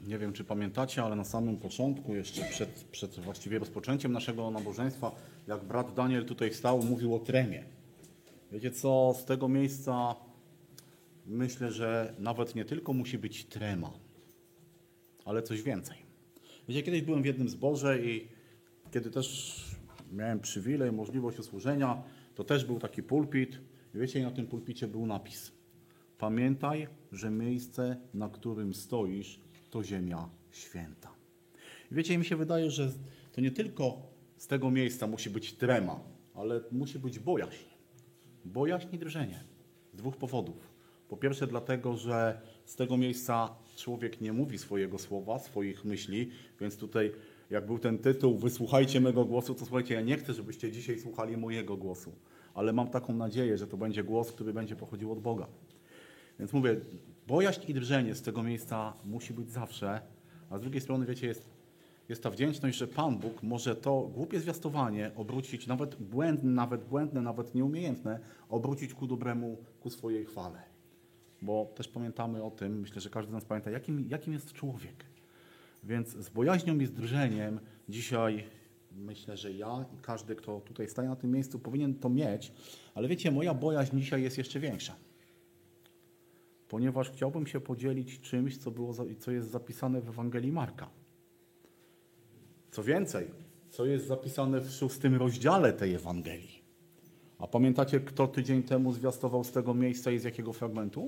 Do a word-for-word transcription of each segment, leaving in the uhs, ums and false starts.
Nie wiem, czy pamiętacie, ale na samym początku, jeszcze przed, przed właściwie rozpoczęciem naszego nabożeństwa, jak brat Daniel tutaj stał, mówił o tremie. Wiecie co, z tego miejsca myślę, że nawet nie tylko musi być trema, ale coś więcej. Wiecie, kiedyś byłem w jednym zborze i kiedy też miałem przywilej, możliwość usłużenia, to też był taki pulpit. I wiecie, i na tym pulpicie był napis: pamiętaj, że miejsce, na którym stoisz, to ziemia święta. I wiecie, mi się wydaje, że to nie tylko z tego miejsca musi być trema, ale musi być bojaźń. Bojaźń i drżenie. Z dwóch powodów. Po pierwsze dlatego, że z tego miejsca człowiek nie mówi swojego słowa, swoich myśli, więc tutaj jak był ten tytuł "Wysłuchajcie mego głosu", to słuchajcie, ja nie chcę, żebyście dzisiaj słuchali mojego głosu, ale mam taką nadzieję, że to będzie głos, który będzie pochodził od Boga. Więc mówię, bojaźń i drżenie z tego miejsca musi być zawsze, a z drugiej strony, wiecie, jest, jest ta wdzięczność, że Pan Bóg może to głupie zwiastowanie obrócić, nawet błędne, nawet błędne, nawet nieumiejętne, obrócić ku dobremu, ku swojej chwale. Bo też pamiętamy o tym, myślę, że każdy z nas pamięta, jakim, jakim jest człowiek. Więc z bojaźnią i z drżeniem dzisiaj myślę, że ja i każdy, kto tutaj staje na tym miejscu, powinien to mieć, ale wiecie, moja bojaźń dzisiaj jest jeszcze większa. Ponieważ chciałbym się podzielić czymś, co, było, co jest zapisane w Ewangelii Marka. Co więcej, co jest zapisane w szóstym rozdziale tej Ewangelii. A pamiętacie, kto tydzień temu zwiastował z tego miejsca i z jakiego fragmentu?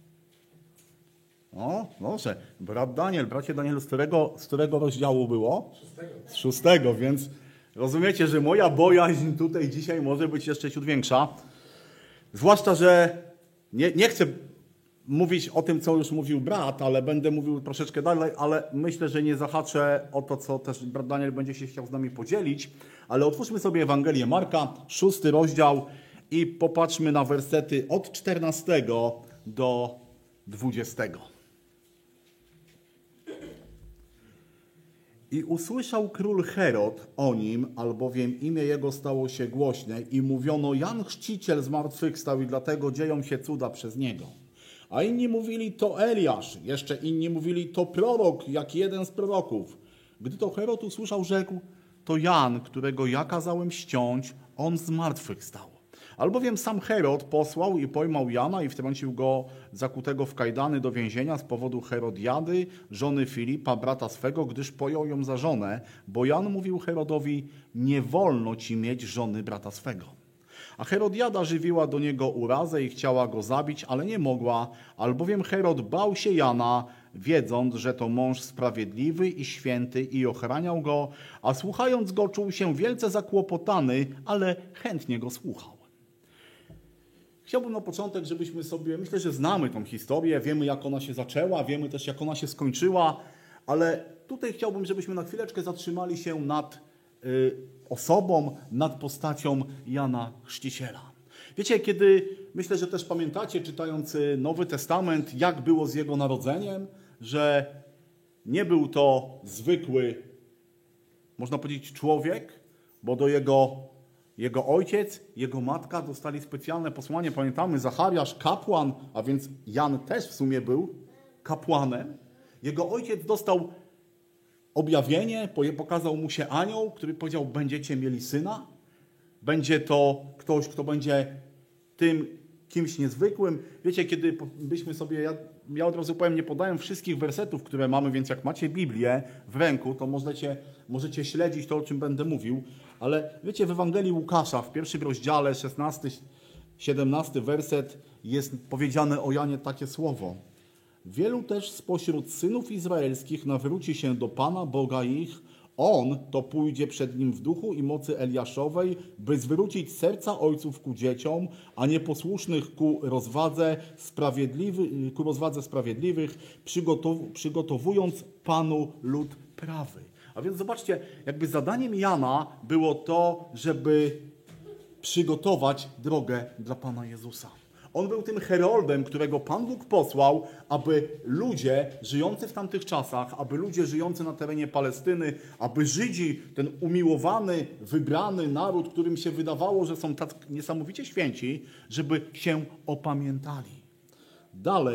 O, może. Brat Daniel, bracie Danielu, z którego, z którego rozdziału było? Szóstego. Z szóstego, więc rozumiecie, że moja bojaźń tutaj dzisiaj może być jeszcze ciut większa. Zwłaszcza, że nie, nie chcę mówić o tym, co już mówił brat, ale będę mówił troszeczkę dalej, ale myślę, że nie zahaczę o to, co też brat Daniel będzie się chciał z nami podzielić. Ale otwórzmy sobie Ewangelię Marka, szósty rozdział i popatrzmy na wersety od czternastego do dwudziestego. I usłyszał król Herod o nim, albowiem imię jego stało się głośne i mówiono: Jan Chrzciciel zmartwychwstał i dlatego dzieją się cuda przez niego. A inni mówili: to Eliasz, jeszcze inni mówili: to prorok, jak jeden z proroków. Gdy to Herod usłyszał, rzekł: to Jan, którego ja kazałem ściąć, on zmartwychwstał. Albowiem sam Herod posłał i pojmał Jana i wtrącił go zakutego w kajdany do więzienia z powodu Herodiady, żony Filipa, brata swego, gdyż pojął ją za żonę, bo Jan mówił Herodowi: nie wolno ci mieć żony brata swego. A Herodiada żywiła do niego urazę i chciała go zabić, ale nie mogła, albowiem Herod bał się Jana, wiedząc, że to mąż sprawiedliwy i święty, i ochraniał go, a słuchając go czuł się wielce zakłopotany, ale chętnie go słuchał. Chciałbym na początek, żebyśmy sobie, myślę, że znamy tą historię, wiemy, jak ona się zaczęła, wiemy też, jak ona się skończyła, ale tutaj chciałbym, żebyśmy na chwileczkę zatrzymali się nad y, osobą, nad postacią Jana Chrzciciela. Wiecie, kiedy, myślę, że też pamiętacie, czytając Nowy Testament, jak było z jego narodzeniem, że nie był to zwykły, można powiedzieć, człowiek, bo do jego Jego ojciec, jego matka dostali specjalne posłanie. Pamiętamy, Zachariasz, kapłan, a więc Jan też w sumie był kapłanem. Jego ojciec dostał objawienie, pokazał mu się anioł, który powiedział: będziecie mieli syna. Będzie to ktoś, kto będzie tym kimś niezwykłym. Wiecie, kiedy byśmy sobie, ja, ja od razu powiem, nie podaję wszystkich wersetów, które mamy, więc jak macie Biblię w ręku, to możecie, możecie śledzić to, o czym będę mówił. Ale wiecie, w Ewangelii Łukasza, w pierwszym rozdziale, szesnasty, siedemnasty werset, jest powiedziane o Janie takie słowo: wielu też spośród synów izraelskich nawróci się do Pana, Boga ich. On to pójdzie przed nim w duchu i mocy Eliaszowej, by zwrócić serca ojców ku dzieciom, a nieposłusznych ku rozwadze, sprawiedliwy, ku rozwadze sprawiedliwych, przygotow- przygotowując Panu lud prawy. A więc zobaczcie, jakby zadaniem Jana było to, żeby przygotować drogę dla Pana Jezusa. On był tym heroldem, którego Pan Bóg posłał, aby ludzie żyjący w tamtych czasach, aby ludzie żyjący na terenie Palestyny, aby Żydzi, ten umiłowany, wybrany naród, którym się wydawało, że są tak niesamowicie święci, żeby się opamiętali. Dalej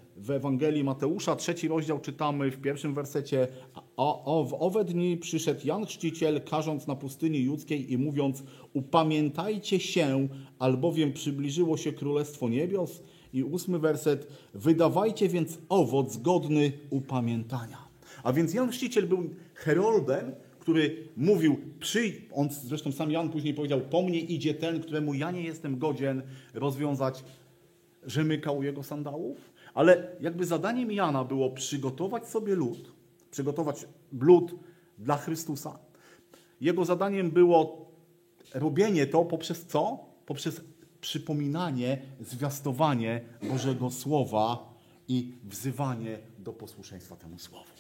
w Ewangelii Mateusza, trzeci rozdział czytamy w pierwszym wersecie: a, a w owe dni przyszedł Jan Chrzciciel, karząc na pustyni judzkiej i mówiąc: upamiętajcie się, albowiem przybliżyło się Królestwo Niebios. I ósmy werset: wydawajcie więc owoc godny upamiętania. A więc Jan Chrzciciel był heroldem, który mówił, przyjdź, on zresztą sam Jan później powiedział: po mnie idzie ten, któremu ja nie jestem godzien rozwiązać rzemyka u jego sandałów. Ale jakby zadaniem Jana było przygotować sobie lud, przygotować lud dla Chrystusa. Jego zadaniem było robienie to poprzez co? Poprzez przypominanie, zwiastowanie Bożego Słowa i wzywanie do posłuszeństwa temu Słowu.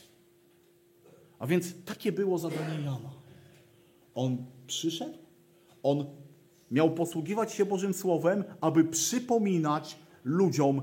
A więc takie było zadanie Jana. On przyszedł, on miał posługiwać się Bożym Słowem, aby przypominać ludziom,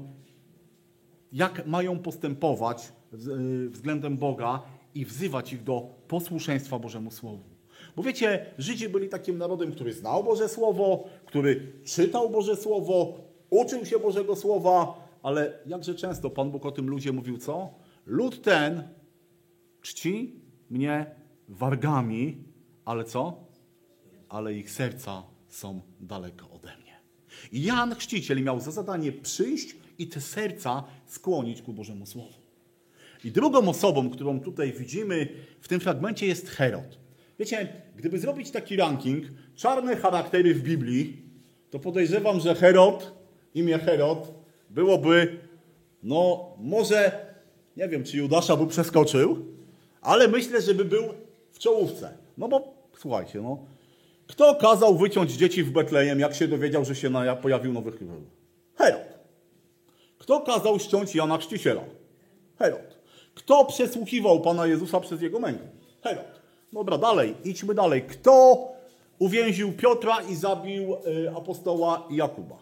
jak mają postępować względem Boga i wzywać ich do posłuszeństwa Bożemu Słowu. Bo wiecie, Żydzi byli takim narodem, który znał Boże Słowo, który czytał Boże Słowo, uczył się Bożego Słowa, ale jakże często Pan Bóg o tym ludzie mówił co? Lud ten czci mnie wargami, ale co? Ale ich serca są daleko ode mnie. I Jan Chrzciciel miał za zadanie przyjść i te serca skłonić ku Bożemu Słowu. I drugą osobą, którą tutaj widzimy w tym fragmencie, jest Herod. Wiecie, gdyby zrobić taki ranking czarne charaktery w Biblii, to podejrzewam, że Herod, imię Herod, byłoby, no może, nie wiem, czy Judasza by przeskoczył, ale myślę, żeby był w czołówce. No bo, słuchajcie, no, kto kazał wyciąć dzieci w Betlejem, jak się dowiedział, że się na, pojawił nowy król? Herod. Kto kazał ściąć Jana Chrzciciela? Herod. Kto przesłuchiwał Pana Jezusa przez jego mękę? Herod. Dobra, dalej, idźmy dalej. Kto uwięził Piotra i zabił y, apostoła Jakuba?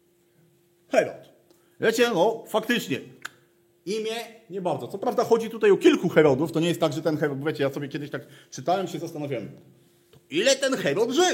Herod. Wiecie, no faktycznie, imię nie bardzo. Co prawda chodzi tutaj o kilku Herodów, to nie jest tak, że ten Herod, wiecie, ja sobie kiedyś tak czytałem, się zastanawiałem, to ile ten Herod żył?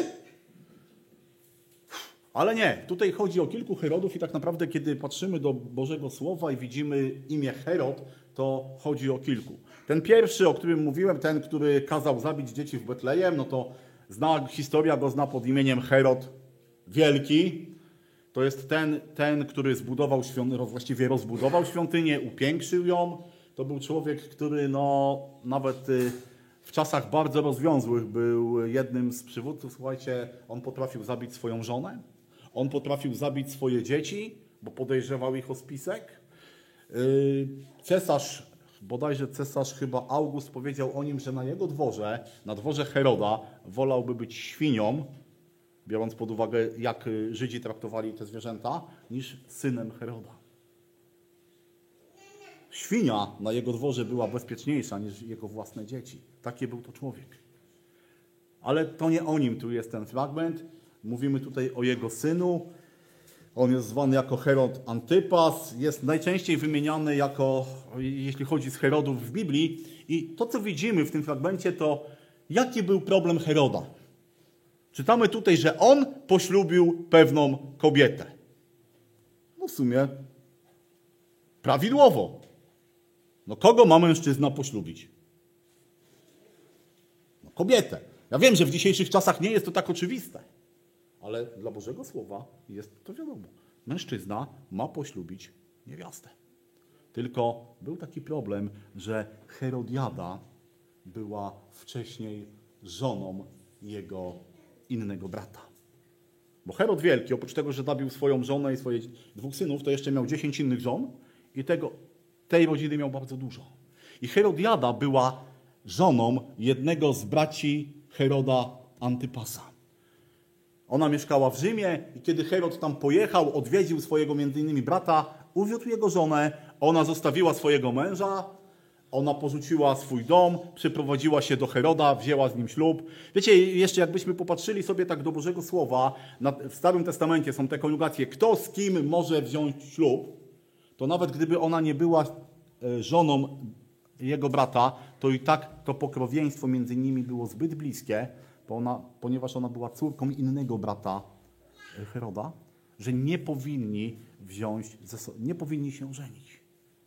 Ale nie, tutaj chodzi o kilku Herodów i tak naprawdę, kiedy patrzymy do Bożego Słowa i widzimy imię Herod, to chodzi o kilku. Ten pierwszy, o którym mówiłem, ten, który kazał zabić dzieci w Betlejem, no to zna, historia go zna pod imieniem Herod Wielki. To jest ten, ten który zbudował świątynię, właściwie rozbudował świątynię, upiększył ją. To był człowiek, który no, nawet w czasach bardzo rozwiązłych był jednym z przywódców. Słuchajcie, on potrafił zabić swoją żonę, on potrafił zabić swoje dzieci, bo podejrzewał ich o spisek. Cesarz, bodajże cesarz chyba August powiedział o nim, że na jego dworze, na dworze Heroda, wolałby być świnią, biorąc pod uwagę, jak Żydzi traktowali te zwierzęta, niż synem Heroda. Świnia na jego dworze była bezpieczniejsza niż jego własne dzieci. Taki był to człowiek. Ale to nie o nim tu jest ten fragment. Mówimy tutaj o jego synu. On jest zwany jako Herod Antypas. Jest najczęściej wymieniany jako, jeśli chodzi z Herodów w Biblii. I to, co widzimy w tym fragmencie, to jaki był problem Heroda. Czytamy tutaj, że on poślubił pewną kobietę. No w sumie prawidłowo. No kogo ma mężczyzna poślubić? No kobietę. Ja wiem, że w dzisiejszych czasach nie jest to tak oczywiste, ale dla Bożego Słowa jest to wiadomo. Mężczyzna ma poślubić niewiastę. Tylko był taki problem, że Herodiada była wcześniej żoną jego innego brata. Bo Herod Wielki, oprócz tego, że zabił swoją żonę i swoich dwóch synów, to jeszcze miał dziesięć innych żon i tego, tej rodziny miał bardzo dużo. I Herodiada była żoną jednego z braci Heroda Antypasa. Ona mieszkała w Rzymie i kiedy Herod tam pojechał, odwiedził swojego między innymi brata, uwiódł jego żonę, ona zostawiła swojego męża, ona porzuciła swój dom, przyprowadziła się do Heroda, wzięła z nim ślub. Wiecie, jeszcze jakbyśmy popatrzyli sobie tak do Bożego Słowa, w Starym Testamencie są te koniugacje, kto z kim może wziąć ślub, to nawet gdyby ona nie była żoną jego brata, to i tak to pokrewieństwo między nimi było zbyt bliskie, bo ona, ponieważ ona była córką innego brata Heroda, że nie powinni wziąć, nie powinni się żenić.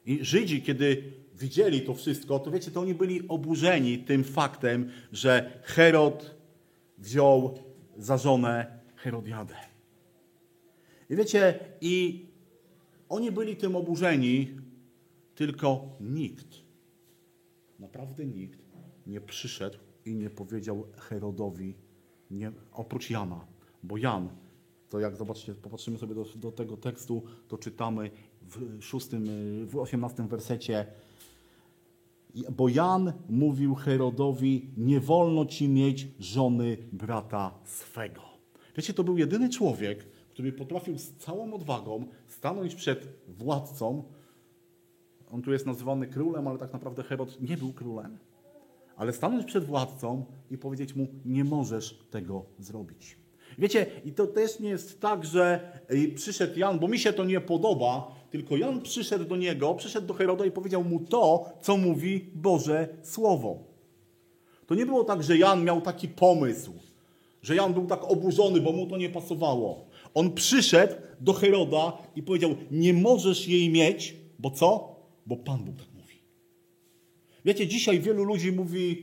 I Żydzi, kiedy widzieli to wszystko, to wiecie, to oni byli oburzeni tym faktem, że Herod wziął za żonę Herodiadę. I wiecie, i oni byli tym oburzeni, tylko nikt, naprawdę nikt nie przyszedł i nie powiedział Herodowi, nie, oprócz Jana, bo Jan, to jak zobaczcie, popatrzymy sobie do, do tego tekstu, to czytamy w szóstym, w osiemnastym wersecie, bo Jan mówił Herodowi, nie wolno ci mieć żony brata swego. Wiecie, to był jedyny człowiek, który potrafił z całą odwagą stanąć przed władcą. On tu jest nazywany królem, ale tak naprawdę Herod nie był królem. Ale stanąć przed władcą i powiedzieć mu, nie możesz tego zrobić. Wiecie, i to też nie jest tak, że przyszedł Jan, bo mi się to nie podoba, tylko Jan przyszedł do niego, przyszedł do Heroda i powiedział mu to, co mówi Boże Słowo. To nie było tak, że Jan miał taki pomysł, że Jan był tak oburzony, bo mu to nie pasowało. On przyszedł do Heroda i powiedział, nie możesz jej mieć, bo co? Bo Pan Bóg tak mówi. Wiecie, dzisiaj wielu ludzi mówi,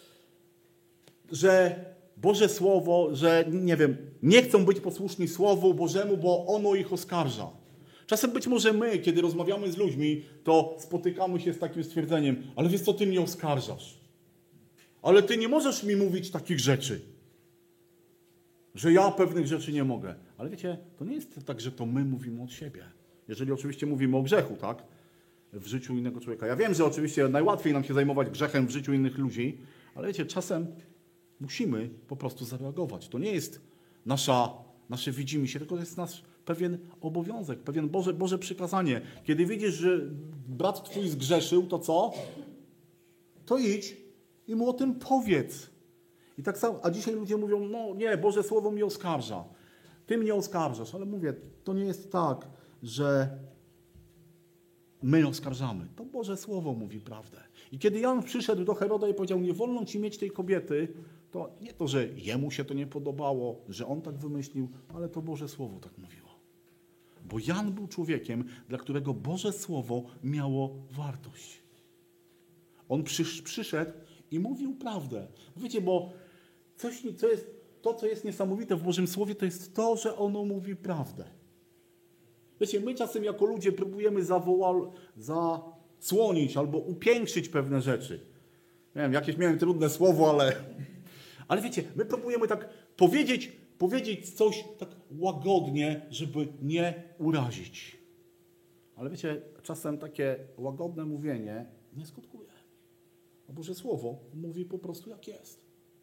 że Boże Słowo, że nie wiem, nie chcą być posłuszni Słowu Bożemu, bo ono ich oskarża. Czasem być może my, kiedy rozmawiamy z ludźmi, to spotykamy się z takim stwierdzeniem, ale wiesz co, ty mnie oskarżasz. Ale ty nie możesz mi mówić takich rzeczy, że ja pewnych rzeczy nie mogę. Ale wiecie, to nie jest tak, że to my mówimy od siebie. Jeżeli oczywiście mówimy o grzechu, tak? W życiu innego człowieka. Ja wiem, że oczywiście najłatwiej nam się zajmować grzechem w życiu innych ludzi, ale wiecie, czasem musimy po prostu zareagować. To nie jest nasza, nasze widzimisię, tylko to jest nasz pewien obowiązek, pewien Boże, Boże przykazanie. Kiedy widzisz, że brat twój zgrzeszył, to co? To idź i mu o tym powiedz. I tak samo, a dzisiaj ludzie mówią, no nie, Boże Słowo mnie oskarża. Ty mnie oskarżasz, ale mówię, to nie jest tak, że my oskarżamy. To Boże Słowo mówi prawdę. I kiedy Jan przyszedł do Heroda i powiedział, nie wolno ci mieć tej kobiety, to nie to, że jemu się to nie podobało, że on tak wymyślił, ale to Boże Słowo tak mówiło. Bo Jan był człowiekiem, dla którego Boże Słowo miało wartość. On przysz, przyszedł i mówił prawdę. Wiecie, bo coś, co jest, to, co jest niesamowite w Bożym Słowie, to jest to, że ono mówi prawdę. Wiecie, my czasem jako ludzie próbujemy zawołać, zasłonić albo upiększyć pewne rzeczy. Nie wiem, jakieś miałem trudne słowo, ale... Ale wiecie, my próbujemy tak powiedzieć, powiedzieć coś tak łagodnie, żeby nie urazić. Ale wiecie, czasem takie łagodne mówienie nie skutkuje. A Boże Słowo mówi po prostu jak jest.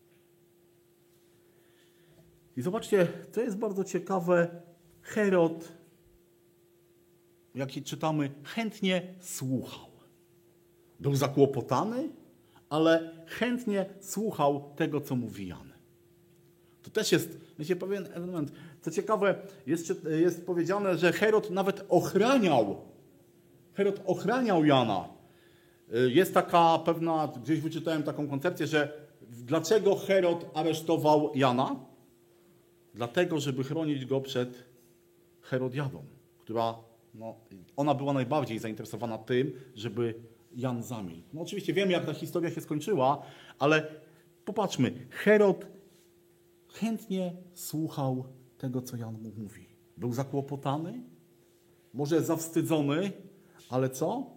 I zobaczcie, to jest bardzo ciekawe. Herod, jak czytamy, chętnie słuchał. Był zakłopotany, ale chętnie słuchał tego, co mówi Jan. To też jest, wiecie, pewien element. Co ciekawe, jest, jest powiedziane, że Herod nawet ochraniał, Herod ochraniał Jana. Jest taka pewna, gdzieś wyczytałem taką koncepcję, że dlaczego Herod aresztował Jana? Dlatego, żeby chronić go przed Herodiadą, która, no, ona była najbardziej zainteresowana tym, żeby Jan zamilkł. No oczywiście wiemy, jak ta historia się skończyła, ale popatrzmy, Herod chętnie słuchał tego, co Jan mu mówi. Był zakłopotany, może zawstydzony, ale co?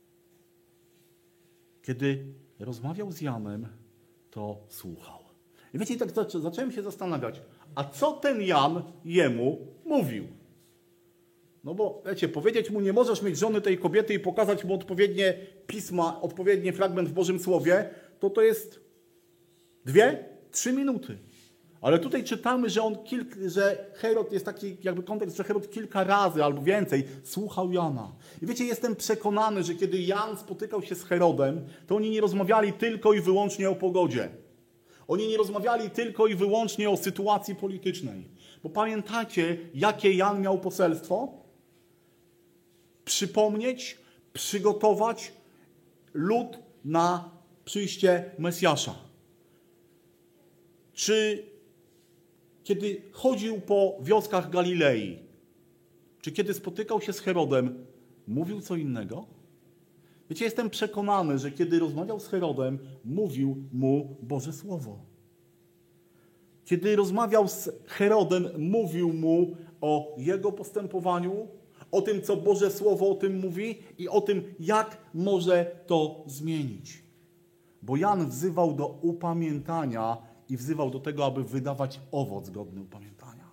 Kiedy rozmawiał z Janem, to słuchał. I wiecie, tak zacząłem się zastanawiać, a co ten Jan jemu mówił? No bo, wiecie, powiedzieć mu, nie możesz mieć żony tej kobiety i pokazać mu odpowiednie pisma, odpowiedni fragment w Bożym Słowie, to to jest dwie, trzy minuty. Ale tutaj czytamy, że on kilk, że Herod jest taki jakby kontekst, że Herod kilka razy albo więcej słuchał Jana. I wiecie, jestem przekonany, że kiedy Jan spotykał się z Herodem, to oni nie rozmawiali tylko i wyłącznie o pogodzie. Oni nie rozmawiali tylko i wyłącznie o sytuacji politycznej. Bo pamiętacie, jakie Jan miał poselstwo? Przypomnieć, przygotować lud na przyjście Mesjasza. Czy kiedy chodził po wioskach Galilei, czy kiedy spotykał się z Herodem, mówił co innego? Wiecie, jestem przekonany, że kiedy rozmawiał z Herodem, mówił mu Boże Słowo. Kiedy rozmawiał z Herodem, mówił mu o jego postępowaniu, o tym, co Boże Słowo o tym mówi i o tym, jak może to zmienić. Bo Jan wzywał do upamiętania i wzywał do tego, aby wydawać owoc godny upamiętania.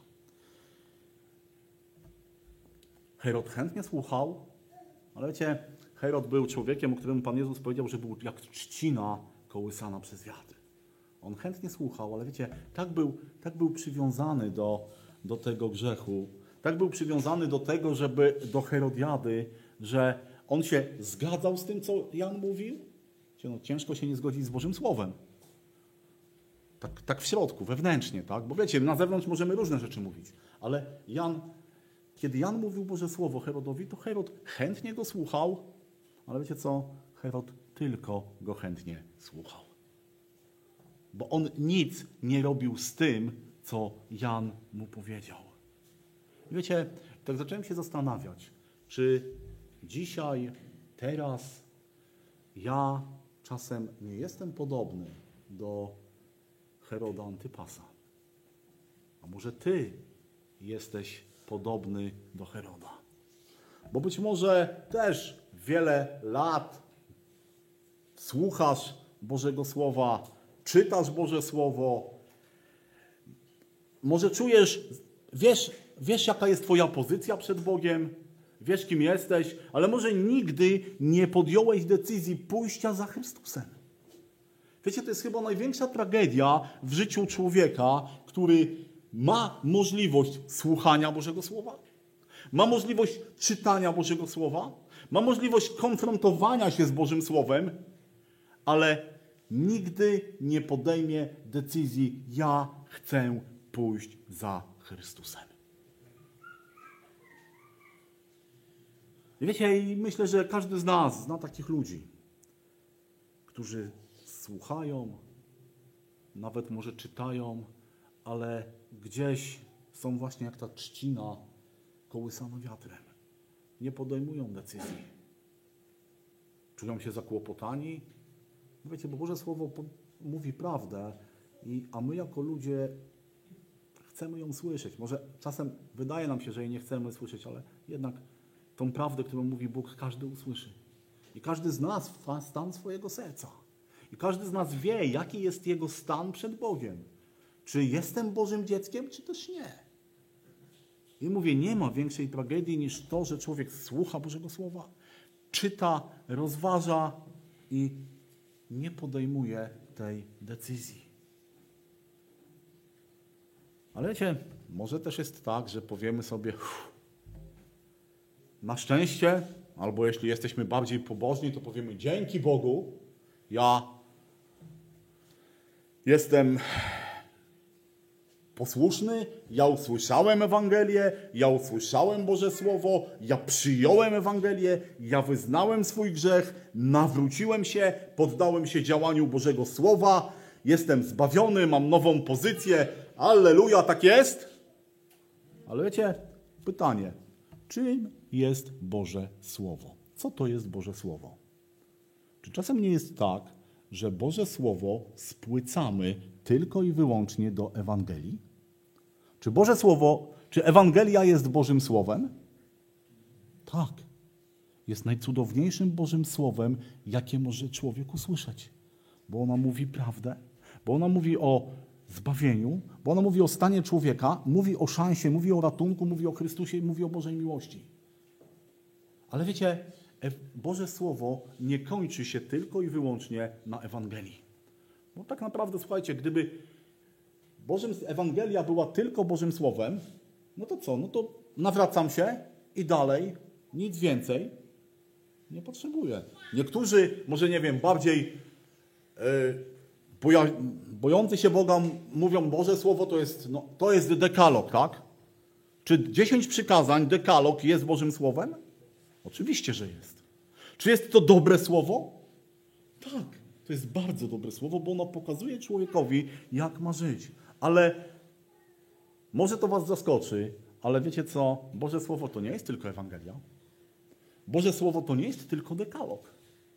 Herod chętnie słuchał, ale wiecie, Herod był człowiekiem, o którym Pan Jezus powiedział, że był jak trzcina kołysana przez wiatr. On chętnie słuchał, ale wiecie, tak był, tak był przywiązany do, do tego grzechu, tak był przywiązany do tego, żeby do Herodiady, że on się zgadzał z tym, co Jan mówił. No, ciężko się nie zgodzić z Bożym Słowem. Tak, tak w środku, wewnętrznie, tak? Bo wiecie, na zewnątrz możemy różne rzeczy mówić, ale Jan, kiedy Jan mówił Boże Słowo Herodowi, to Herod chętnie go słuchał, ale wiecie co? Herod tylko go chętnie słuchał. Bo on nic nie robił z tym, co Jan mu powiedział. I wiecie, tak zacząłem się zastanawiać, czy dzisiaj, teraz ja czasem nie jestem podobny do Heroda Antypasa. A może ty jesteś podobny do Heroda. Bo być może też wiele lat słuchasz Bożego Słowa, czytasz Boże Słowo, może czujesz, wiesz, wiesz jaka jest twoja pozycja przed Bogiem, wiesz kim jesteś, ale może nigdy nie podjąłeś decyzji pójścia za Chrystusem. Wiecie, to jest chyba największa tragedia w życiu człowieka, który ma możliwość słuchania Bożego Słowa, ma możliwość czytania Bożego Słowa, ma możliwość konfrontowania się z Bożym Słowem, ale nigdy nie podejmie decyzji: ja chcę pójść za Chrystusem. I wiecie, i myślę, że każdy z nas zna takich ludzi, którzy słuchają, nawet może czytają, ale gdzieś są właśnie jak ta trzcina kołysana wiatrem. Nie podejmują decyzji. Czują się zakłopotani. Wiecie, bo Boże Słowo mówi prawdę, i, a my jako ludzie chcemy ją słyszeć. Może czasem wydaje nam się, że jej nie chcemy słyszeć, ale jednak tą prawdę, którą mówi Bóg, każdy usłyszy. I każdy z nas ma stan swojego serca. I każdy z nas wie, jaki jest jego stan przed Bogiem. Czy jestem Bożym dzieckiem, czy też nie. I mówię, nie ma większej tragedii niż to, że człowiek słucha Bożego Słowa, czyta, rozważa i nie podejmuje tej decyzji. Ale wiecie, może też jest tak, że powiemy sobie, uff, na szczęście, albo jeśli jesteśmy bardziej pobożni, to powiemy, dzięki Bogu, ja jestem posłuszny, ja usłyszałem Ewangelię, ja usłyszałem Boże Słowo, ja przyjąłem Ewangelię, ja wyznałem swój grzech, nawróciłem się, poddałem się działaniu Bożego Słowa, jestem zbawiony, mam nową pozycję, alleluja, tak jest? Ale wiecie, pytanie, czym jest Boże Słowo? Co to jest Boże Słowo? Czy czasem nie jest tak, że Boże Słowo spłycamy tylko i wyłącznie do Ewangelii? Czy Boże Słowo, czy Ewangelia jest Bożym Słowem? Tak. Jest najcudowniejszym Bożym Słowem, jakie może człowiek usłyszeć. Bo ona mówi prawdę, bo ona mówi o zbawieniu, bo ona mówi o stanie człowieka, mówi o szansie, mówi o ratunku, mówi o Chrystusie i mówi o Bożej miłości. Ale wiecie, Boże Słowo nie kończy się tylko i wyłącznie na Ewangelii. Bo tak naprawdę, słuchajcie, gdyby Bożym, Ewangelia była tylko Bożym Słowem, no to co? No to nawracam się i dalej, nic więcej nie potrzebuję. Niektórzy, może nie wiem, bardziej yy, boja, bojący się Boga mówią, Boże Słowo to jest, no, to jest dekalog, tak? Czy dziesięć przykazań, dekalog jest Bożym Słowem? Oczywiście, że jest. Czy jest to dobre słowo? Tak, to jest bardzo dobre słowo, bo ono pokazuje człowiekowi, jak ma żyć. Ale może to was zaskoczy, ale wiecie co? Boże Słowo to nie jest tylko Ewangelia. Boże Słowo to nie jest tylko dekalog.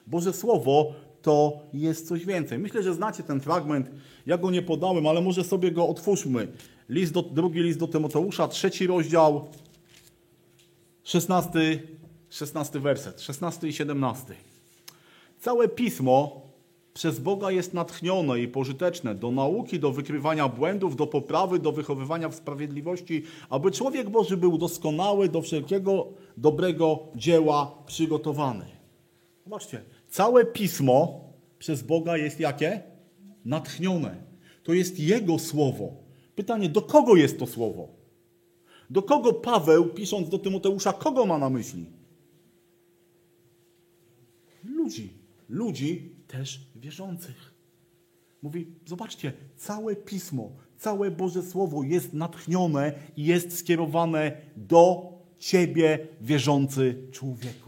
Boże Słowo to jest coś więcej. Myślę, że znacie ten fragment. Ja go nie podałem, ale może sobie go otwórzmy. List do, drugi list do Tymoteusza, trzeci rozdział, szesnasty, szesnasty werset, szesnasty i siedemnasty. Całe Pismo przez Boga jest natchnione i pożyteczne do nauki, do wykrywania błędów, do poprawy, do wychowywania w sprawiedliwości, aby człowiek Boży był doskonały, do wszelkiego dobrego dzieła przygotowany. Zobaczcie, całe Pismo przez Boga jest jakie? Natchnione. To jest Jego Słowo. Pytanie, do kogo jest to Słowo? Do kogo Paweł, pisząc do Tymoteusza, kogo ma na myśli? Ludzi. Ludzi też wierzących. Mówi, zobaczcie, całe Pismo, całe Boże Słowo jest natchnione i jest skierowane do ciebie, wierzący człowieku.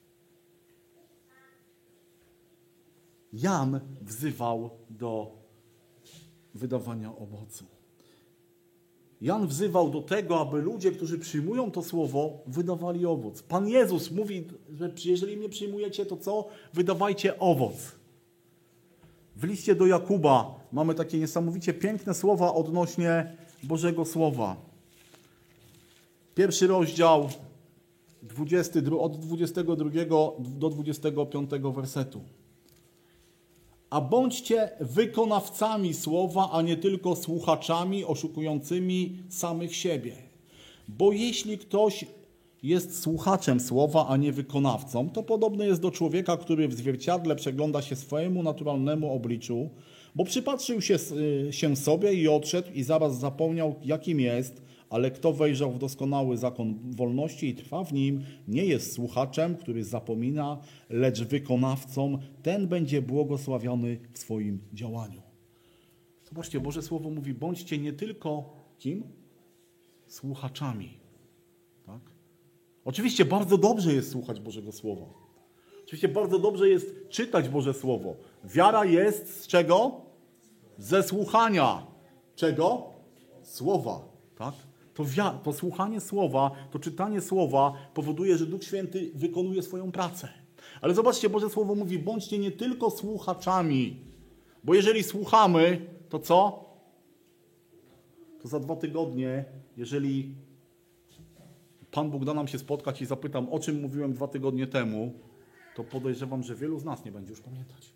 Jan wzywał do wydawania owocu. Jan wzywał do tego, aby ludzie, którzy przyjmują to słowo, wydawali owoc. Pan Jezus mówi, że jeżeli mnie przyjmujecie, to co? Wydawajcie owoc. W liście do Jakuba mamy takie niesamowicie piękne słowa odnośnie Bożego Słowa. Pierwszy rozdział, dwudziesty, od dwudziestego drugiego do dwudziestego piątego wersetu. A bądźcie wykonawcami słowa, a nie tylko słuchaczami oszukującymi samych siebie. Bo jeśli ktoś jest słuchaczem słowa, a nie wykonawcą, to podobny jest do człowieka, który w zwierciadle przegląda się swojemu naturalnemu obliczu, bo przypatrzył się, się sobie i odszedł i zaraz zapomniał, jakim jest, ale kto wejrzał w doskonały zakon wolności i trwa w nim, nie jest słuchaczem, który zapomina, lecz wykonawcą, ten będzie błogosławiony w swoim działaniu. Zobaczcie, Boże Słowo mówi, bądźcie nie tylko kim? Słuchaczami. Tak? Oczywiście bardzo dobrze jest słuchać Bożego Słowa. Oczywiście bardzo dobrze jest czytać Boże Słowo. Wiara jest z czego? Ze słuchania. Czego? Słowa. Tak? To, wia- to słuchanie Słowa, to czytanie Słowa powoduje, że Duch Święty wykonuje swoją pracę. Ale zobaczcie, Boże Słowo mówi, bądźcie nie tylko słuchaczami. Bo jeżeli słuchamy, to co? To za dwa tygodnie, jeżeli Pan Bóg da nam się spotkać i zapytam, o czym mówiłem dwa tygodnie temu, to podejrzewam, że wielu z nas nie będzie już pamiętać.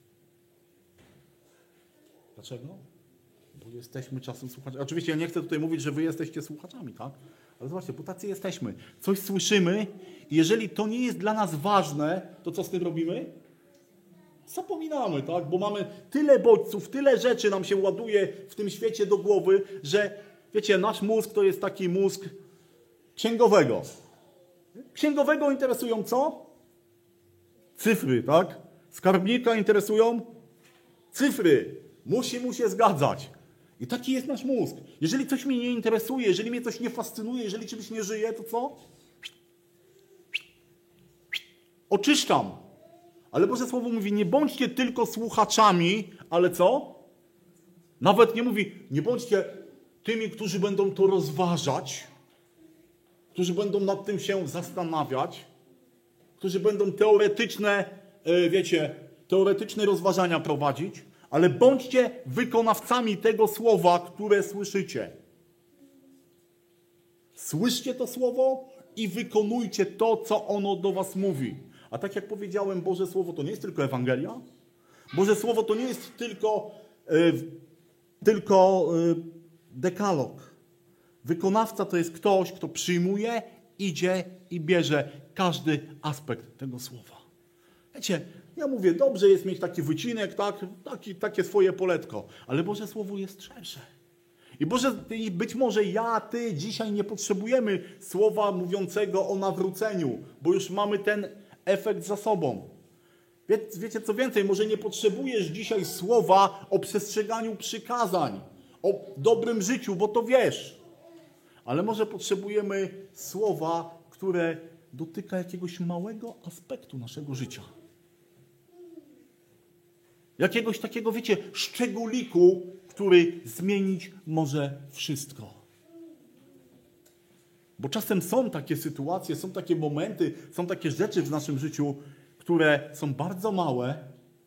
Dlaczego? Bo jesteśmy czasem słuchaczami. Oczywiście ja nie chcę tutaj mówić, że wy jesteście słuchaczami, tak? Ale zobaczcie, bo tacy jesteśmy. Coś słyszymy i jeżeli to nie jest dla nas ważne, to co z tym robimy? Zapominamy, tak? Bo mamy tyle bodźców, tyle rzeczy nam się ładuje w tym świecie do głowy, że wiecie, nasz mózg to jest taki mózg księgowego. Księgowego interesują co? Cyfry, tak? Skarbnika interesują cyfry. Musi mu się zgadzać. I taki jest nasz mózg. Jeżeli coś mnie nie interesuje, jeżeli mnie coś nie fascynuje, jeżeli czymś nie żyję, to co? Oczyszczam. Ale Boże Słowo mówi, nie bądźcie tylko słuchaczami, ale co? Nawet nie mówi, nie bądźcie tymi, którzy będą to rozważać, którzy będą nad tym się zastanawiać, którzy będą teoretyczne, wiecie, teoretyczne rozważania prowadzić, ale bądźcie wykonawcami tego słowa, które słyszycie. Słyszcie to słowo i wykonujcie to, co ono do was mówi. A tak jak powiedziałem, Boże Słowo to nie jest tylko Ewangelia. Boże Słowo to nie jest tylko, yy, tylko yy, dekalog. Wykonawca to jest ktoś, kto przyjmuje, idzie i bierze każdy aspekt tego słowa. Wiecie, ja mówię, dobrze jest mieć taki wycinek, tak, taki, takie swoje poletko, ale Boże Słowo jest szersze. I, Boże, I być może ja, ty dzisiaj nie potrzebujemy słowa mówiącego o nawróceniu, bo już mamy ten efekt za sobą. Wie, wiecie co więcej, może nie potrzebujesz dzisiaj słowa o przestrzeganiu przykazań, o dobrym życiu, bo to wiesz. Ale może potrzebujemy słowa, które dotyka jakiegoś małego aspektu naszego życia. Jakiegoś takiego, wiecie, szczególiku, który zmienić może wszystko. Bo czasem są takie sytuacje, są takie momenty, są takie rzeczy w naszym życiu, które są bardzo małe,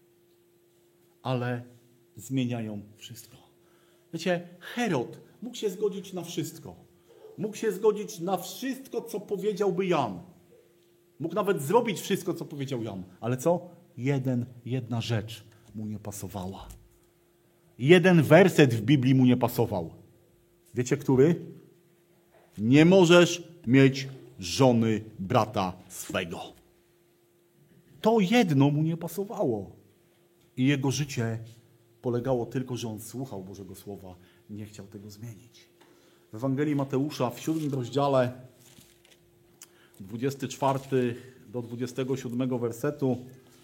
ale zmieniają wszystko. Wiecie, Herod mógł się zgodzić na wszystko. Mógł się zgodzić na wszystko, co powiedziałby Jan. Mógł nawet zrobić wszystko, co powiedział Jan. Ale co? Jeden, jedna rzecz mu nie pasowała. Jeden werset w Biblii mu nie pasował. Wiecie, który? Nie możesz mieć żony brata swego. To jedno mu nie pasowało. I jego życie polegało tylko, że on słuchał Bożego Słowa i nie chciał tego zmienić. W Ewangelii Mateusza w siódmym rozdziale, dwudziesty czwarty do dwudziestego siódmego wersetu,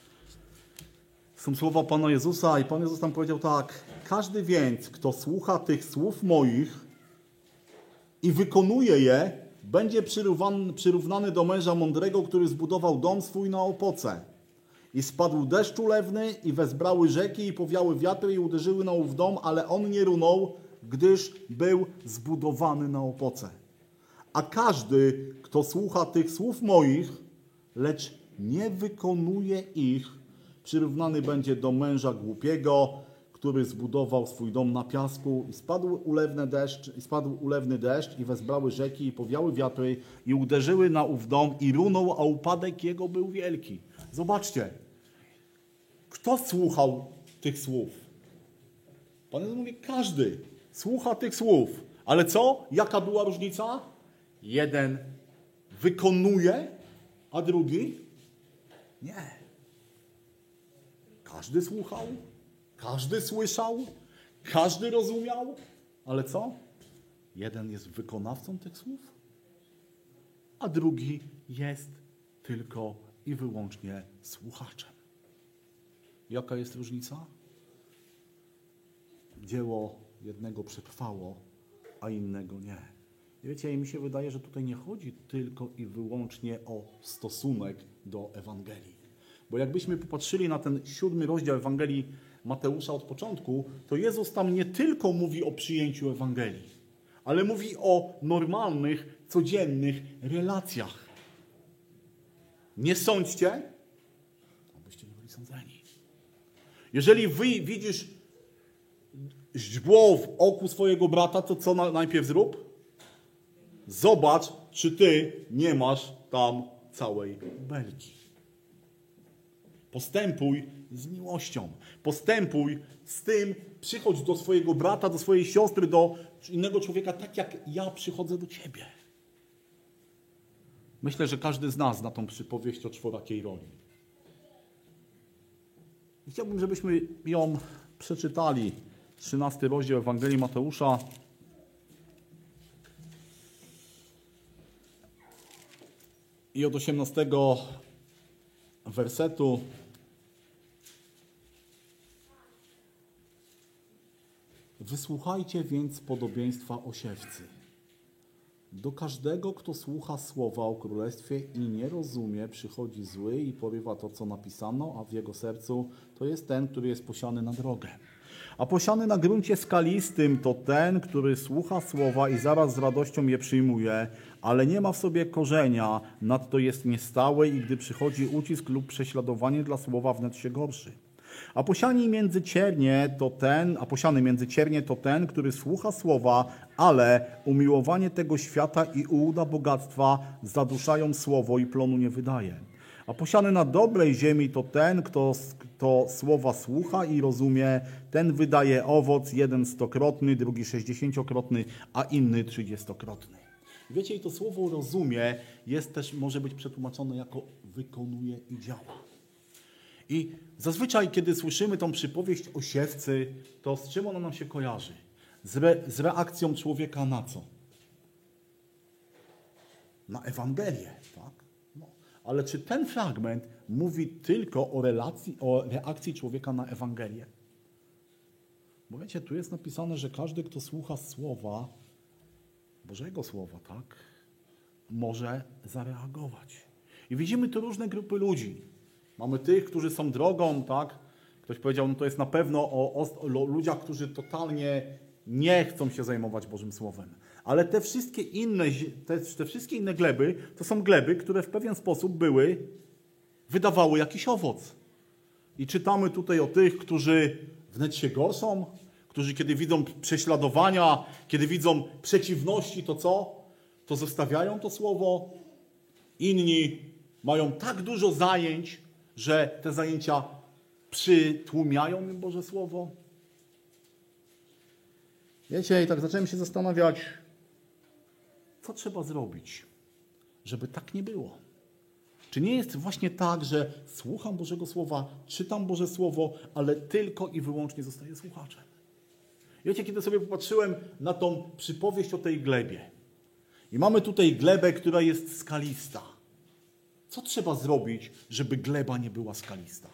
są słowa Pana Jezusa i Pan Jezus tam powiedział tak: każdy więc, kto słucha tych słów moich i wykonuje je, będzie przyrównany, przyrównany do męża mądrego, który zbudował dom swój na opoce. I spadł deszcz ulewny, i wezbrały rzeki, i powiały wiatry, i uderzyły na ów dom, ale on nie runął, gdyż był zbudowany na opoce. A każdy, kto słucha tych słów moich, lecz nie wykonuje ich, przyrównany będzie do męża głupiego, który zbudował swój dom na piasku, i spadł ulewny deszcz, i spadł ulewny deszcz, i wezbrały rzeki, i powiały wiatry, i uderzyły na ów dom, i runął, a upadek jego był wielki. Zobaczcie, kto słuchał tych słów? Pan Jezus mówi, każdy słucha tych słów. Ale co? Jaka była różnica? Jeden wykonuje, a drugi nie. Każdy słuchał, każdy słyszał, każdy rozumiał, ale co? Jeden jest wykonawcą tych słów, a drugi jest tylko i wyłącznie słuchaczem. Jaka jest różnica? Dzieło jednego przetrwało, a innego nie. I wiecie, mi się wydaje, że tutaj nie chodzi tylko i wyłącznie o stosunek do Ewangelii. Bo jakbyśmy popatrzyli na ten siódmy rozdział Ewangelii Mateusza od początku, to Jezus tam nie tylko mówi o przyjęciu Ewangelii, ale mówi o normalnych, codziennych relacjach. Nie sądźcie, abyście nie byli sądzeni. Jeżeli wy widzisz źdźbło w oku swojego brata, to co najpierw zrób? Zobacz, czy ty nie masz tam całej belki. Postępuj z miłością. Postępuj z tym, przychodź do swojego brata, do swojej siostry, do innego człowieka, tak jak ja przychodzę do ciebie. Myślę, że każdy z nas zna tą przypowieść o czworakiej roli. I chciałbym, żebyśmy ją przeczytali. trzynasty rozdział Ewangelii Mateusza. I od osiemnastego wersetu. Wysłuchajcie więc podobieństwa o siewcy. Do każdego, kto słucha słowa o królestwie i nie rozumie, przychodzi zły i porywa to, co napisano, a w jego sercu to jest ten, który jest posiany na drogę. A posiany na gruncie skalistym to ten, który słucha słowa i zaraz z radością je przyjmuje, ale nie ma w sobie korzenia, nadto jest niestały i gdy przychodzi ucisk lub prześladowanie dla słowa, wnet się gorszy. A posiany między ciernie to ten, a posiany między ciernie to ten, który słucha słowa, ale umiłowanie tego świata i ułuda bogactwa zaduszają słowo i plonu nie wydaje. A posiany na dobrej ziemi to ten, kto, kto słowa słucha i rozumie, ten wydaje owoc, jeden stokrotny, drugi sześćdziesięciokrotny, a inny trzydziestokrotny. Wiecie, i to słowo rozumie jest też, może być przetłumaczone jako wykonuje i działa. I zazwyczaj, kiedy słyszymy tą przypowieść o siewcy, to z czym ona nam się kojarzy? Z, re, z reakcją człowieka na co? Na Ewangelię, tak? No. Ale czy ten fragment mówi tylko o, relacji, o reakcji człowieka na Ewangelię? Bo wiecie, tu jest napisane, że każdy, kto słucha słowa, Bożego Słowa, tak, może zareagować. I widzimy tu różne grupy ludzi. Mamy tych, którzy są drogą, tak? Ktoś powiedział, no to jest na pewno o, o, o ludziach, którzy totalnie nie chcą się zajmować Bożym Słowem. Ale te wszystkie inne, te, te wszystkie inne gleby, to są gleby, które w pewien sposób były wydawały jakiś owoc. I czytamy tutaj o tych, którzy wnet się gorszą, którzy kiedy widzą prześladowania, kiedy widzą przeciwności, to co? To zostawiają to słowo. Inni mają tak dużo zajęć, że te zajęcia przytłumiają im Boże Słowo. Wiecie, i tak zacząłem się zastanawiać, co trzeba zrobić, żeby tak nie było. Czy nie jest właśnie tak, że słucham Bożego Słowa, czytam Boże Słowo, ale tylko i wyłącznie zostaję słuchaczem? Wiecie, kiedy sobie popatrzyłem na tą przypowieść o tej glebie i mamy tutaj glebę, która jest skalista. Co trzeba zrobić, żeby gleba nie była skalista?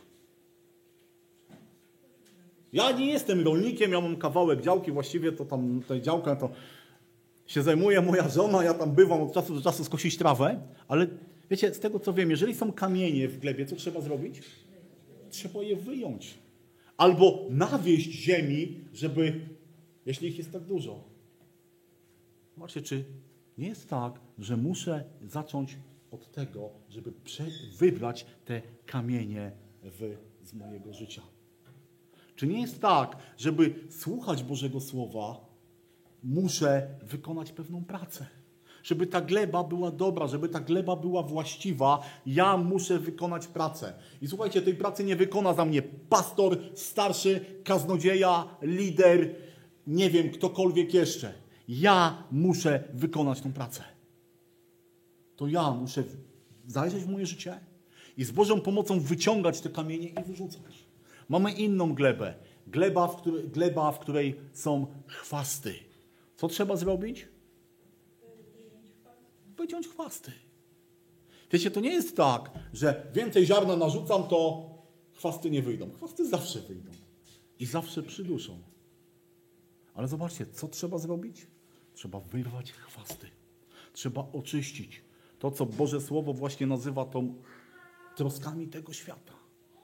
Ja nie jestem rolnikiem, ja mam kawałek działki, właściwie to tam tej działka to się zajmuje moja żona, ja tam bywam od czasu do czasu skosić trawę, ale wiecie, z tego co wiem, jeżeli są kamienie w glebie, co trzeba zrobić? Trzeba je wyjąć. Albo nawieść ziemi, żeby, jeśli ich jest tak dużo. Zobaczcie, czy nie jest tak, że muszę zacząć od tego, żeby prze- wybrać te kamienie w, z mojego życia. Czy nie jest tak, żeby słuchać Bożego Słowa, muszę wykonać pewną pracę? Żeby ta gleba była dobra, żeby ta gleba była właściwa, ja muszę wykonać pracę. I słuchajcie, tej pracy nie wykona za mnie pastor, starszy, kaznodzieja, lider, nie wiem, ktokolwiek jeszcze. Ja muszę wykonać tą pracę. To ja muszę zajrzeć w moje życie i z Bożą pomocą wyciągać te kamienie i wyrzucać. Mamy inną glebę. Gleba, w której, gleba, w której są chwasty. Co trzeba zrobić? Wyciąć chwasty. Wiecie, to nie jest tak, że więcej ziarna narzucam, to chwasty nie wyjdą. Chwasty zawsze wyjdą. I zawsze przyduszą. Ale zobaczcie, co trzeba zrobić? Trzeba wyrwać chwasty. Trzeba oczyścić. To, co Boże Słowo właśnie nazywa tą troskami tego świata.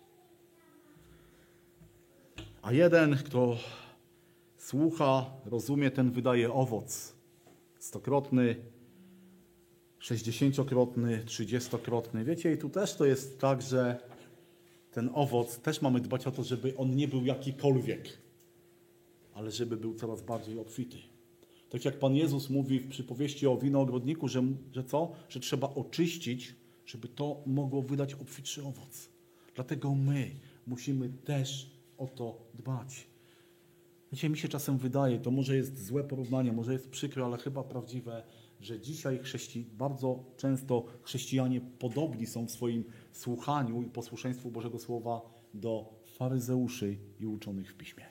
A jeden, kto słucha, rozumie, ten wydaje owoc. Stokrotny, sześćdziesięciokrotny, trzydziestokrotny. Wiecie, i tu też to jest tak, że ten owoc, też mamy dbać o to, żeby on nie był jakikolwiek, ale żeby był coraz bardziej obfity. Tak jak Pan Jezus mówi w przypowieści o winogrodniku, że, że co? Że trzeba oczyścić, żeby to mogło wydać obfitszy owoc. Dlatego my musimy też o to dbać. Wiecie, mi się czasem wydaje, to może jest złe porównanie, może jest przykre, ale chyba prawdziwe, że dzisiaj chrześci... bardzo często chrześcijanie podobni są w swoim słuchaniu i posłuszeństwu Bożego Słowa do faryzeuszy i uczonych w Piśmie.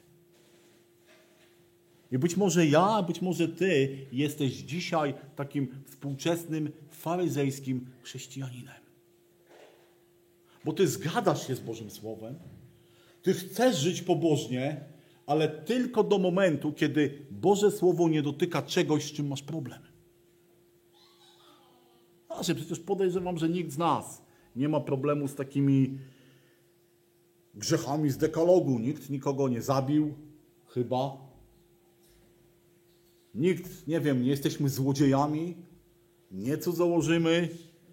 I być może ja, być może ty jesteś dzisiaj takim współczesnym, faryzejskim chrześcijaninem. Bo ty zgadzasz się z Bożym Słowem, ty chcesz żyć pobożnie, ale tylko do momentu, kiedy Boże Słowo nie dotyka czegoś, z czym masz problem. Znaczy, przecież podejrzewam, że nikt z nas nie ma problemu z takimi grzechami z dekalogu. Nikt nikogo nie zabił, chyba. Nikt, nie wiem, nie jesteśmy złodziejami, nie cudzołożymy.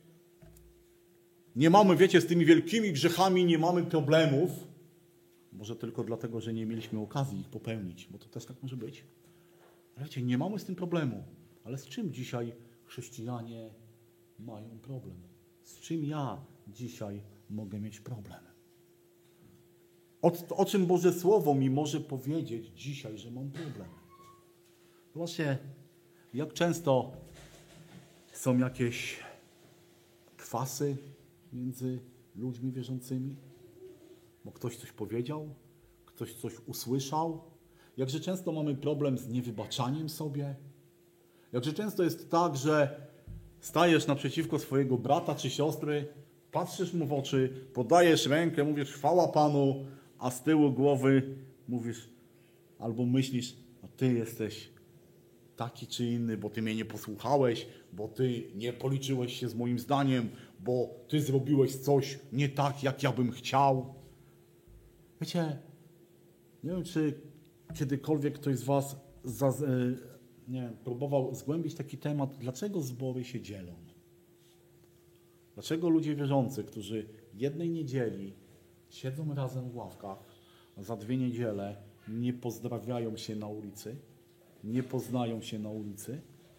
Nie mamy, wiecie, z tymi wielkimi grzechami nie mamy problemów. Może tylko dlatego, że nie mieliśmy okazji ich popełnić, bo to też tak może być. Ale wiecie, nie mamy z tym problemu. Ale z czym dzisiaj chrześcijanie mają problem? Z czym ja dzisiaj mogę mieć problem? O, o czym Boże Słowo mi może powiedzieć dzisiaj, że mam problem? Zobaczcie, jak często są jakieś kwasy między ludźmi wierzącymi, bo ktoś coś powiedział, ktoś coś usłyszał. Jakże często mamy problem z niewybaczaniem sobie. Jakże często jest tak, że stajesz naprzeciwko swojego brata czy siostry, patrzysz mu w oczy, podajesz rękę, mówisz chwała Panu, a z tyłu głowy mówisz albo myślisz, a ty jesteś taki czy inny, bo ty mnie nie posłuchałeś, bo ty nie policzyłeś się z moim zdaniem, bo ty zrobiłeś coś nie tak, jak ja bym chciał. Wiecie, nie wiem, czy kiedykolwiek ktoś z was zaz, nie wiem, próbował zgłębić taki temat, dlaczego zbory się dzielą. Dlaczego ludzie wierzący, którzy jednej niedzieli siedzą razem w ławkach, a za dwie niedziele nie pozdrawiają się na ulicy, nie poznają się na ulicy.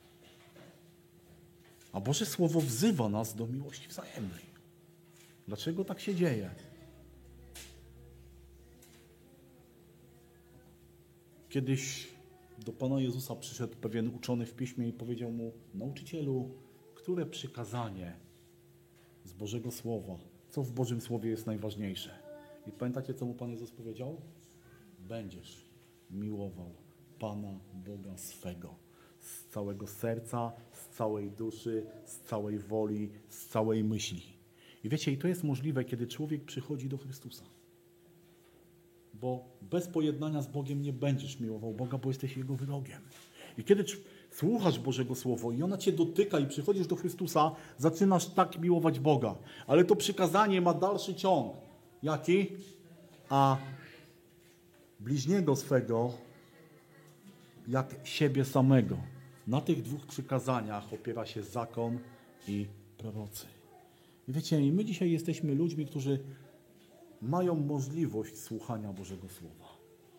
A Boże Słowo wzywa nas do miłości wzajemnej. Dlaczego tak się dzieje? Kiedyś do Pana Jezusa przyszedł pewien uczony w Piśmie i powiedział mu: nauczycielu, które przykazanie z Bożego Słowa, co w Bożym Słowie jest najważniejsze? I pamiętacie, co mu Pan Jezus powiedział? Będziesz miłował Pana Boga swego z całego serca, z całej duszy, z całej woli, z całej myśli. I wiecie, i to jest możliwe, kiedy człowiek przychodzi do Chrystusa. Bo bez pojednania z Bogiem nie będziesz miłował Boga, bo jesteś Jego wrogiem. I kiedy słuchasz Bożego Słowa i ona cię dotyka i przychodzisz do Chrystusa, zaczynasz tak miłować Boga. Ale to przykazanie ma dalszy ciąg. Jaki? A bliźniego swego jak siebie samego. Na tych dwóch przykazaniach opiera się zakon i prorocy. I wiecie, i my dzisiaj jesteśmy ludźmi, którzy mają możliwość słuchania Bożego Słowa.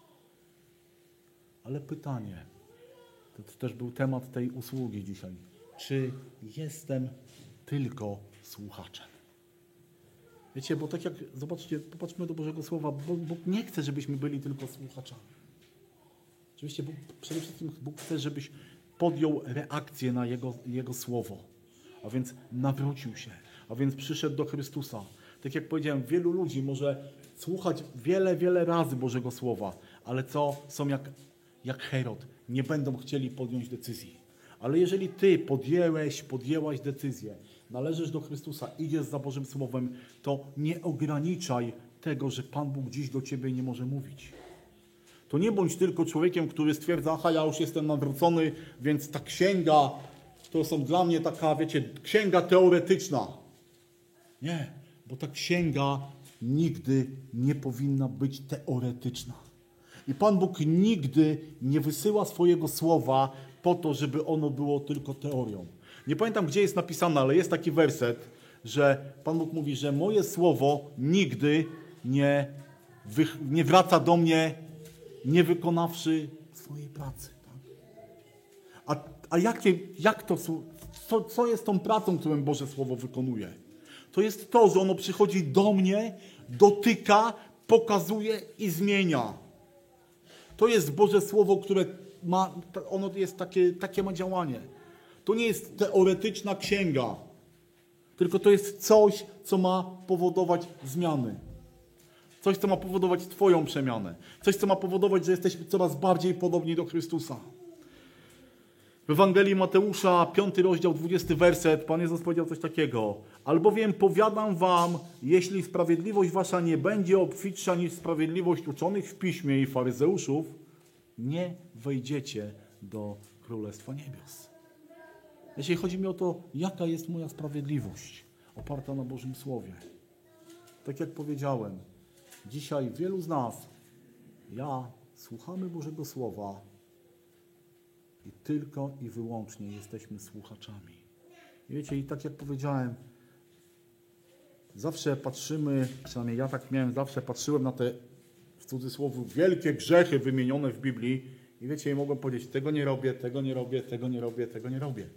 Ale pytanie, to też był temat tej usługi dzisiaj. Czy jestem tylko słuchaczem? Wiecie, bo tak jak, zobaczcie, popatrzmy do Bożego Słowa, Bóg, Bóg nie chce, żebyśmy byli tylko słuchaczami. Oczywiście Bóg, przede wszystkim Bóg chce, żebyś podjął reakcję na Jego, Jego Słowo. A więc nawrócił się. A więc przyszedł do Chrystusa. Tak jak powiedziałem, wielu ludzi może słuchać wiele, wiele razy Bożego Słowa, ale co? Są jak, jak Herod. Nie będą chcieli podjąć decyzji. Ale jeżeli ty podjęłeś, podjęłaś decyzję, należysz do Chrystusa, idziesz za Bożym Słowem, to nie ograniczaj tego, że Pan Bóg dziś do ciebie nie może mówić. To nie bądź tylko człowiekiem, który stwierdza: aha, ja już jestem nawrócony, więc ta księga to są dla mnie taka, wiecie, księga teoretyczna. Nie, bo ta księga nigdy nie powinna być teoretyczna. I Pan Bóg nigdy nie wysyła swojego słowa po to, żeby ono było tylko teorią. Nie pamiętam, gdzie jest napisane, ale jest taki werset, że Pan Bóg mówi, że moje słowo nigdy nie, wy, nie wraca do mnie, nie wykonawszy swojej pracy. Tak? A, a jakie, jak to, co, co jest tą pracą, którą Boże Słowo wykonuje? To jest to, że ono przychodzi do mnie, dotyka, pokazuje i zmienia. To jest Boże Słowo, które ma, ono jest takie, takie ma działanie. To nie jest teoretyczna księga, tylko to jest coś, co ma powodować zmiany. Coś, co ma powodować Twoją przemianę. Coś, co ma powodować, że jesteśmy coraz bardziej podobni do Chrystusa. W Ewangelii Mateusza, piąty rozdział, dwudziesty werset, Pan Jezus powiedział coś takiego: albowiem powiadam wam, jeśli sprawiedliwość wasza nie będzie obfitsza niż sprawiedliwość uczonych w piśmie i faryzeuszów, nie wejdziecie do Królestwa Niebios. Jeśli chodzi mi o to, jaka jest moja sprawiedliwość oparta na Bożym Słowie. Tak jak powiedziałem, dzisiaj wielu z nas, ja, słuchamy Bożego Słowa i tylko i wyłącznie jesteśmy słuchaczami. I wiecie, i tak jak powiedziałem, zawsze patrzymy, przynajmniej ja tak miałem, zawsze patrzyłem na te, w cudzysłowie, wielkie grzechy wymienione w Biblii i wiecie, i mogłem powiedzieć: tego nie robię, tego nie robię, tego nie robię, tego nie robię.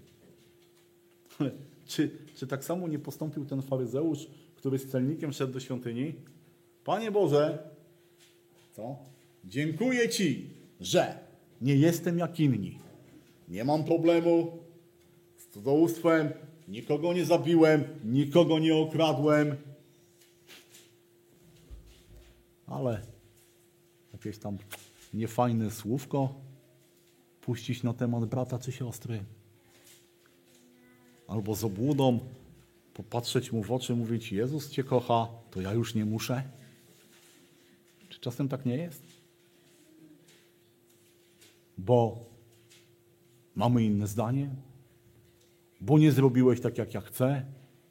Ale czy, czy tak samo nie postąpił ten faryzeusz, który z celnikiem szedł do świątyni? Panie Boże, co? Dziękuję Ci, że nie jestem jak inni. Nie mam problemu z cudzołóstwem, nikogo nie zabiłem, nikogo nie okradłem. Ale jakieś tam niefajne słówko puścić na temat brata czy siostry. Albo z obłudą popatrzeć mu w oczy, mówić: Jezus Cię kocha, to ja już nie muszę. Czy czasem tak nie jest? Bo mamy inne zdanie? Bo nie zrobiłeś tak, jak ja chcę?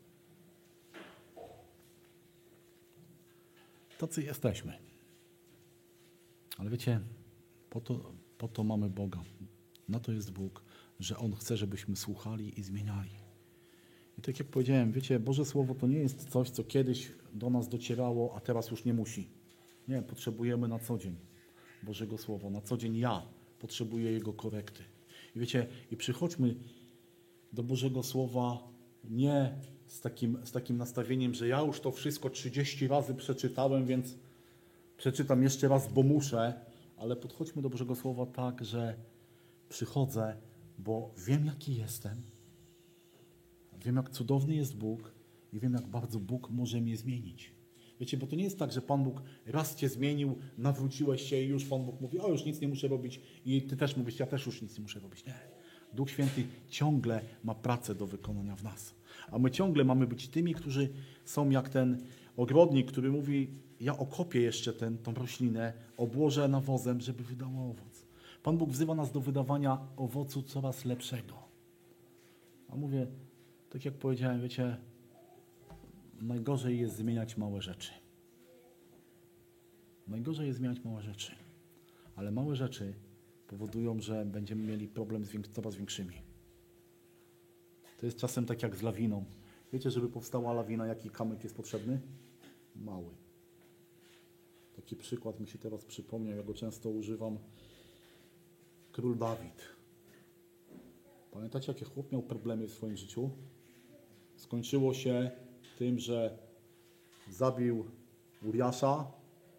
Tacy jesteśmy. Ale wiecie, po to, po to mamy Boga. Na to jest Bóg, że On chce, żebyśmy słuchali i zmieniali. I tak jak powiedziałem, wiecie, Boże Słowo to nie jest coś, co kiedyś do nas docierało, a teraz już nie musi. Nie, potrzebujemy na co dzień Bożego Słowa. Na co dzień ja potrzebuję Jego korekty. I wiecie, i przychodźmy do Bożego Słowa nie z takim, z takim nastawieniem, że ja już to wszystko trzydzieści razy przeczytałem, więc przeczytam jeszcze raz, bo muszę, ale podchodźmy do Bożego Słowa tak, że przychodzę, bo wiem, jaki jestem, wiem, jak cudowny jest Bóg i wiem, jak bardzo Bóg może mnie zmienić. Wiecie, bo to nie jest tak, że Pan Bóg raz cię zmienił, nawróciłeś się i już Pan Bóg mówi, o już nic nie muszę robić i ty też mówisz, ja też już nic nie muszę robić. Nie. Duch Święty ciągle ma pracę do wykonania w nas. A my ciągle mamy być tymi, którzy są jak ten ogrodnik, który mówi, ja okopię jeszcze ten, tą roślinę, obłożę nawozem, żeby wydała owoc. Pan Bóg wzywa nas do wydawania owocu coraz lepszego. A mówię, tak jak powiedziałem, wiecie, najgorzej jest zmieniać małe rzeczy. Najgorzej jest zmieniać małe rzeczy. Ale małe rzeczy powodują, że będziemy mieli problem z coraz większymi. To jest czasem tak jak z lawiną. Wiecie, żeby powstała lawina, jaki kamyk jest potrzebny? Mały. Taki przykład mi się teraz przypomniał, ja go często używam. Król Dawid. Pamiętacie, jakie chłop miał problemy w swoim życiu? Skończyło się tym, że zabił Uriasza.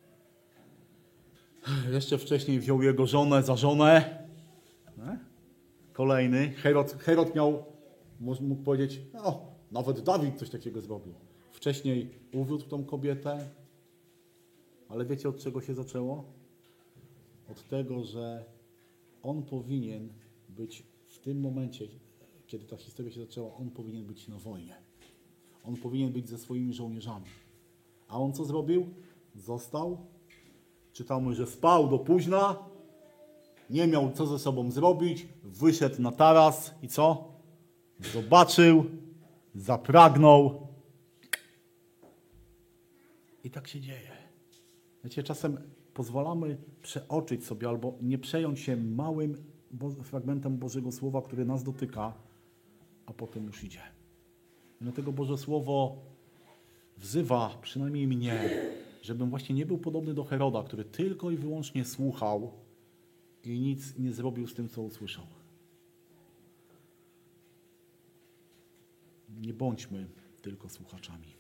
Jeszcze wcześniej wziął jego żonę za żonę. Nie? Kolejny. Herod, Herod miał, mógł powiedzieć, no, nawet Dawid coś takiego zrobił. Wcześniej uwiódł tą kobietę. Ale wiecie, od czego się zaczęło? Od tego, że on powinien być w tym momencie, kiedy ta historia się zaczęła, on powinien być na wojnie. On powinien być ze swoimi żołnierzami. A on co zrobił? Został. Czytamy, że spał do późna, nie miał co ze sobą zrobić, wyszedł na taras i co? Zobaczył, zapragnął. I tak się dzieje. Wiecie, czasem pozwalamy przeoczyć sobie albo nie przejąć się małym fragmentem Bożego Słowa, który nas dotyka, a potem już idzie. I dlatego Boże Słowo wzywa, przynajmniej mnie, żebym właśnie nie był podobny do Heroda, który tylko i wyłącznie słuchał i nic nie zrobił z tym, co usłyszał. Nie bądźmy tylko słuchaczami.